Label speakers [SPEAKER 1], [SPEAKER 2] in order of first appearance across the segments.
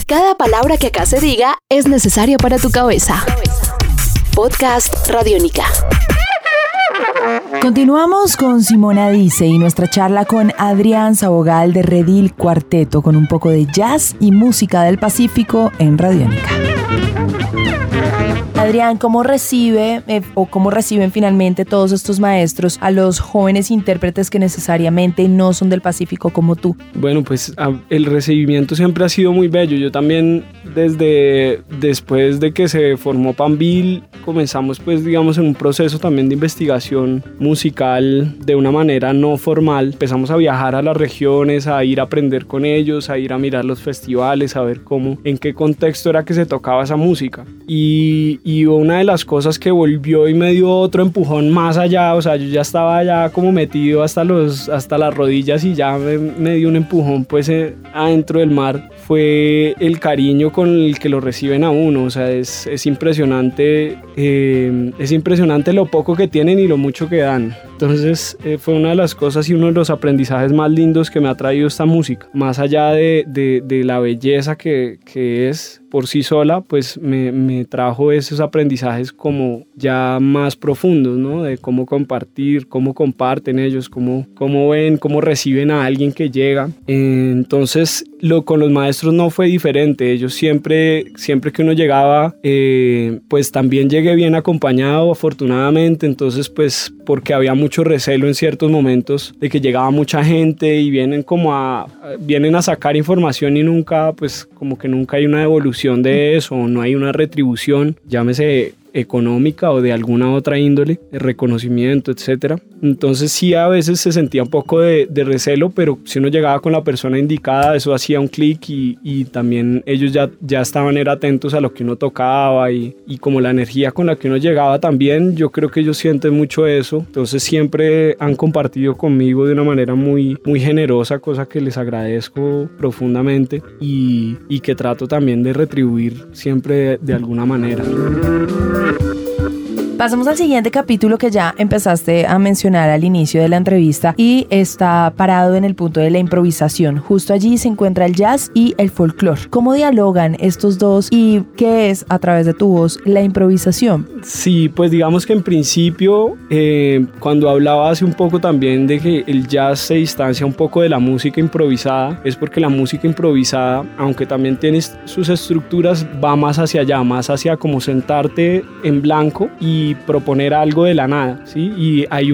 [SPEAKER 1] Cada palabra que acá se diga es necesaria para tu cabeza. Podcast Radiónica.
[SPEAKER 2] Continuamos con Simona Dice y nuestra charla con Adrián Sabogal de Redil Cuarteto, con un poco de jazz y música del Pacífico en Radiónica. Adrián, ¿cómo reciben finalmente todos estos maestros a los jóvenes intérpretes que necesariamente no son del Pacífico como tú?
[SPEAKER 3] Bueno, pues el recibimiento siempre ha sido muy bello. Yo también, después de que se formó Panville, comenzamos pues digamos en un proceso también de investigación musical de una manera no formal. Empezamos a viajar a las regiones, a ir a aprender con ellos, a ir a mirar los festivales, a ver en qué contexto era que se tocaba esa música. Y una de las cosas que volvió y me dio otro empujón más allá, o sea, yo ya estaba ya como metido hasta las rodillas y ya me dio un empujón pues adentro del mar, fue el cariño con el que lo reciben a uno. O sea, es impresionante lo poco que tienen y lo mucho que dan. Entonces fue una de las cosas y uno de los aprendizajes más lindos que me ha traído esta música. Más allá de la belleza que es por sí sola, pues me trajo esos aprendizajes como ya más profundos, ¿no? De cómo compartir, cómo comparten ellos, cómo ven, cómo reciben a alguien que llega. Entonces con los maestros no fue diferente. Ellos siempre que uno llegaba, pues también llegué bien acompañado, afortunadamente. Entonces pues porque había mucho recelo en ciertos momentos de que llegaba mucha gente y vienen a sacar información y nunca, pues como que nunca hay una devolución de eso, no hay una retribución, llámese económica o de alguna otra índole, de reconocimiento, etcétera. Entonces sí, a veces se sentía un poco de recelo, pero si uno llegaba con la persona indicada, eso hacía un clic y también ellos ya estaban atentos a lo que uno tocaba y como la energía con la que uno llegaba también, yo creo que ellos sienten mucho eso. Entonces siempre han compartido conmigo de una manera muy, muy generosa, cosa que les agradezco profundamente y que trato también de retribuir siempre de alguna manera.
[SPEAKER 2] Pasamos al siguiente capítulo que ya empezaste a mencionar al inicio de la entrevista y está parado en el punto de la improvisación. Justo allí se encuentra el jazz y el folclore. ¿Cómo dialogan estos dos y qué es, a través de tu voz, la improvisación?
[SPEAKER 3] Sí, pues digamos que en principio, cuando hablaba hace un poco también de que el jazz se distancia un poco de la música improvisada, es porque la música improvisada, aunque también tiene sus estructuras, va más hacia allá, más hacia como sentarte en blanco y proponer algo de la nada, ¿sí? Y hay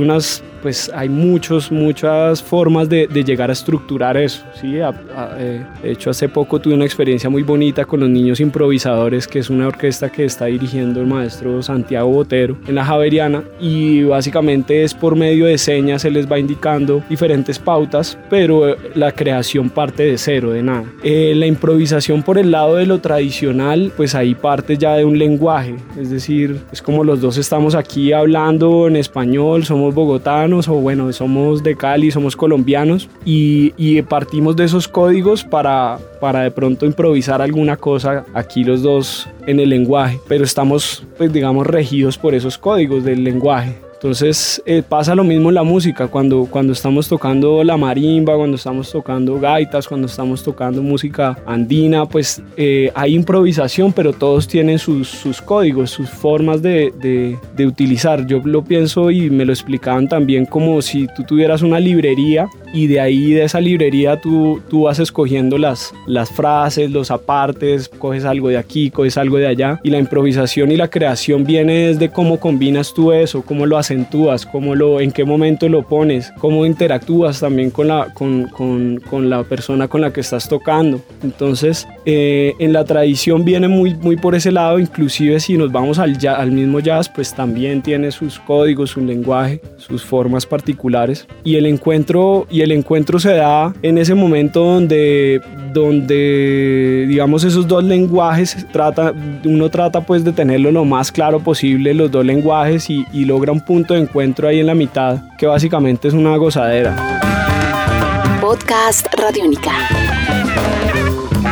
[SPEAKER 3] muchas formas de llegar a estructurar eso, ¿sí? De hecho, hace poco tuve una experiencia muy bonita con los Niños Improvisadores, que es una orquesta que está dirigiendo el maestro Santiago Botero en la Javeriana, y básicamente es por medio de señas, se les va indicando diferentes pautas, pero la creación parte de cero, de nada. La improvisación por el lado de lo tradicional, pues ahí parte ya de un lenguaje, es decir, es como los dos estamos aquí hablando en español, somos bogotanos o bueno, somos de Cali, somos colombianos y partimos de esos códigos para de pronto improvisar alguna cosa aquí los dos en el lenguaje, pero estamos pues digamos regidos por esos códigos del lenguaje. Entonces pasa lo mismo en la música, cuando estamos tocando la marimba, cuando estamos tocando gaitas, cuando estamos tocando música andina, pues hay improvisación, pero todos tienen sus códigos, sus formas de utilizar. Yo lo pienso y me lo explicaban también como si tú tuvieras una librería y de esa librería tú vas escogiendo las frases, los apartes, coges algo de aquí, coges algo de allá, y la improvisación y la creación viene desde cómo combinas tú eso, cómo lo acentúas, en qué momento lo pones, cómo interactúas también con la persona con la que estás tocando. Entonces en la tradición viene muy, muy por ese lado. Inclusive si nos vamos al mismo jazz, pues también tiene sus códigos, su lenguaje, sus formas particulares, y el encuentro se da en ese momento donde digamos esos dos lenguajes uno trata pues de tenerlo lo más claro posible, los dos lenguajes, y logra un punto de encuentro ahí en la mitad que básicamente es una gozadera.
[SPEAKER 1] Podcast Radiónica.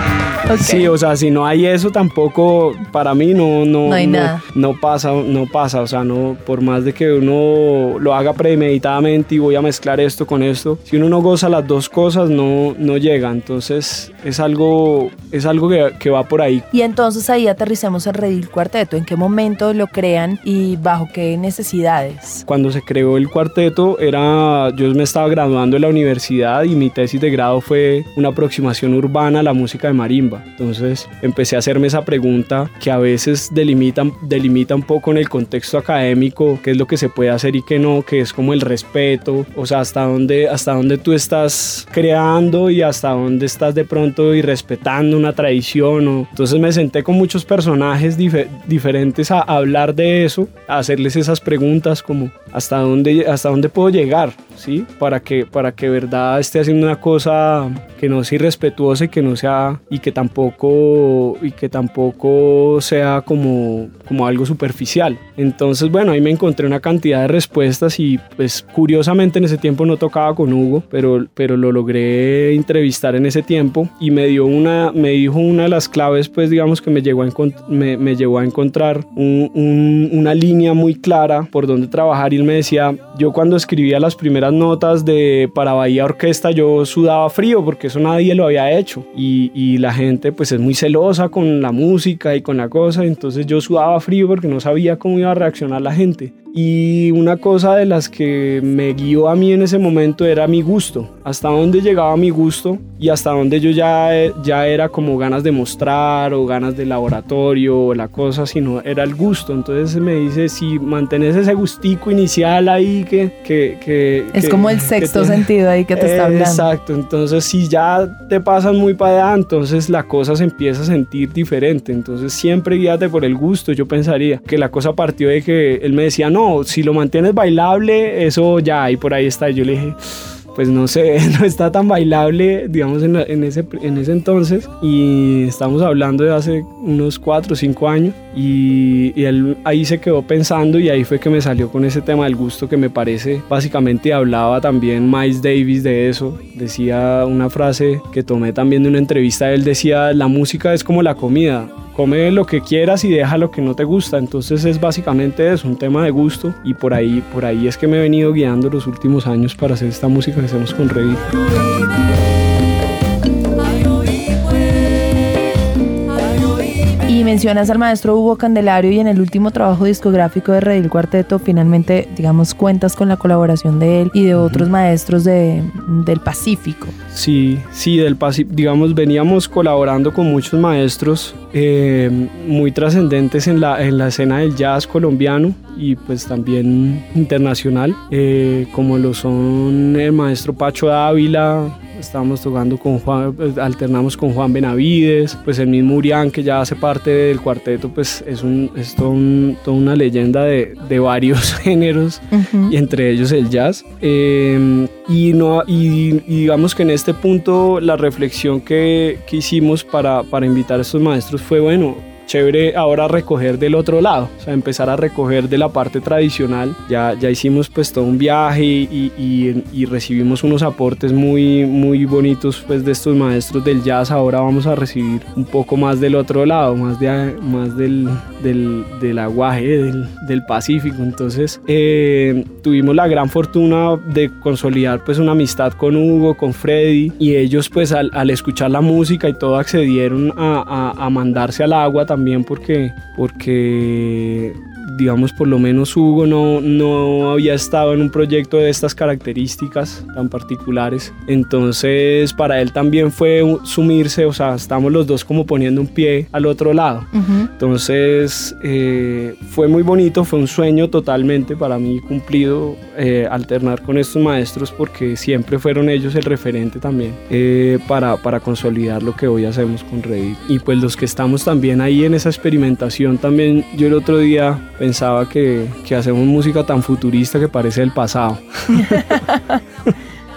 [SPEAKER 2] Okay.
[SPEAKER 3] Sí, o sea, si no hay eso tampoco, para mí no
[SPEAKER 2] hay nada.
[SPEAKER 3] No pasa, o sea, no, por más de que uno lo haga premeditadamente y voy a mezclar esto con esto, si uno no goza las dos cosas, no llega. Entonces es algo que va por ahí.
[SPEAKER 2] Y entonces ahí aterricemos el Redil Cuarteto. ¿En qué momento lo crean y bajo qué necesidades?
[SPEAKER 3] Cuando se creó el cuarteto, yo me estaba graduando en la universidad y mi tesis de grado fue una aproximación urbana a la música de marimba. Entonces empecé a hacerme esa pregunta que a veces delimita un poco en el contexto académico, qué es lo que se puede hacer y qué no, que es como el respeto, o sea, hasta dónde tú estás creando y hasta dónde estás de pronto y respetando una tradición. Entonces me senté con muchos personajes diferentes a hablar de eso, a hacerles esas preguntas como hasta dónde puedo llegar, ¿sí? Para que verdad esté haciendo una cosa que no sea irrespetuosa y que tampoco sea como algo superficial. Entonces, bueno, ahí me encontré una cantidad de respuestas y pues curiosamente en ese tiempo no tocaba con Hugo, pero lo logré entrevistar en ese tiempo y me dijo una de las claves, pues digamos que me llevó a encontrar una línea muy clara por donde trabajar, y él me decía, yo cuando escribía las primeras notas para Bahía Orquesta yo sudaba frío porque eso nadie lo había hecho y la gente pues es muy celosa con la música y con la cosa, entonces yo sudaba frío porque no sabía cómo iba a reaccionar la gente. Y una cosa de las que me guió a mí en ese momento era mi gusto, hasta dónde llegaba mi gusto y hasta dónde yo ya era como ganas de mostrar o ganas de laboratorio o la cosa, sino era el gusto. Entonces me dice, si mantienes ese gustico inicial ahí
[SPEAKER 2] es como el sexto sentido ahí que te está hablando.
[SPEAKER 3] Exacto, entonces si ya te pasas muy para allá, entonces la cosa se empieza a sentir diferente. Entonces siempre guíate por el gusto. Yo pensaría que la cosa partió de que él me decía, no, si lo mantienes bailable, eso ya, y por ahí está. Yo le dije, pues no sé, no está tan bailable, digamos, en ese entonces, y estamos hablando de hace unos 4 o 5 años, y él ahí se quedó pensando, y ahí fue que me salió con ese tema del gusto, que me parece, básicamente hablaba también Miles Davis de eso, decía una frase que tomé también de una entrevista, él decía, la música es como la comida, come lo que quieras y deja lo que no te gusta. Entonces es básicamente eso, un tema de gusto, y por ahí es que me he venido guiando los últimos años para hacer esta música que hacemos con Redil.
[SPEAKER 2] Y mencionas al maestro Hugo Candelario, y en el último trabajo discográfico de Redil Cuarteto finalmente, digamos, cuentas con la colaboración de él y de otros maestros del Pacífico.
[SPEAKER 3] Sí, del Pacífico, digamos, veníamos colaborando con muchos maestros muy trascendentes en la escena del jazz colombiano y pues también internacional, como lo son el maestro Pacho Dávila. Estábamos tocando con Juan, alternamos con Juan Benavides, pues el mismo Urián, que ya hace parte del cuarteto, pues es toda una leyenda de varios géneros, uh-huh. Y entre ellos el jazz. Y digamos que en este punto la reflexión que hicimos para invitar a estos maestros fue, bueno, chévere ahora recoger del otro lado, o sea, empezar a recoger de la parte tradicional. Ya hicimos pues todo un viaje y recibimos unos aportes muy, muy bonitos pues de estos maestros del jazz. Ahora vamos a recibir un poco más del otro lado, más del aguaje, del Pacífico. Entonces tuvimos la gran fortuna de consolidar pues una amistad con Hugo, con Freddy, y ellos pues al escuchar la música y todo accedieron a mandarse al agua también porque digamos, por lo menos Hugo no había estado en un proyecto de estas características tan particulares. Entonces para él también fue sumirse, o sea, estamos los dos como poniendo un pie al otro lado. Uh-huh. Entonces fue muy bonito, fue un sueño totalmente para mí cumplido, alternar con estos maestros, porque siempre fueron ellos el referente también para consolidar lo que hoy hacemos con Redil. Y pues los que estamos también ahí en esa experimentación también, yo el otro día pensaba que hacemos música tan futurista que parece del pasado.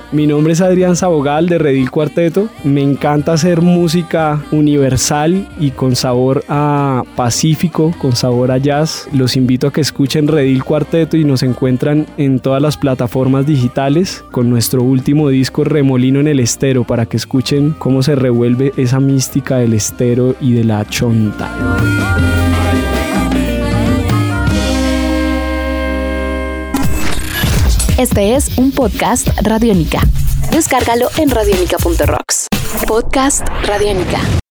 [SPEAKER 3] Mi nombre es Adrián Sabogal de Redil Cuarteto. Me encanta hacer música universal y con sabor a pacífico, con sabor a jazz. Los invito a que escuchen Redil Cuarteto y nos encuentran en todas las plataformas digitales con nuestro último disco Remolino en el Estero, para que escuchen cómo se revuelve esa mística del estero y de la chonta.
[SPEAKER 1] Este es un podcast Radiónica. Descárgalo en radionica.rocks. Podcast Radiónica.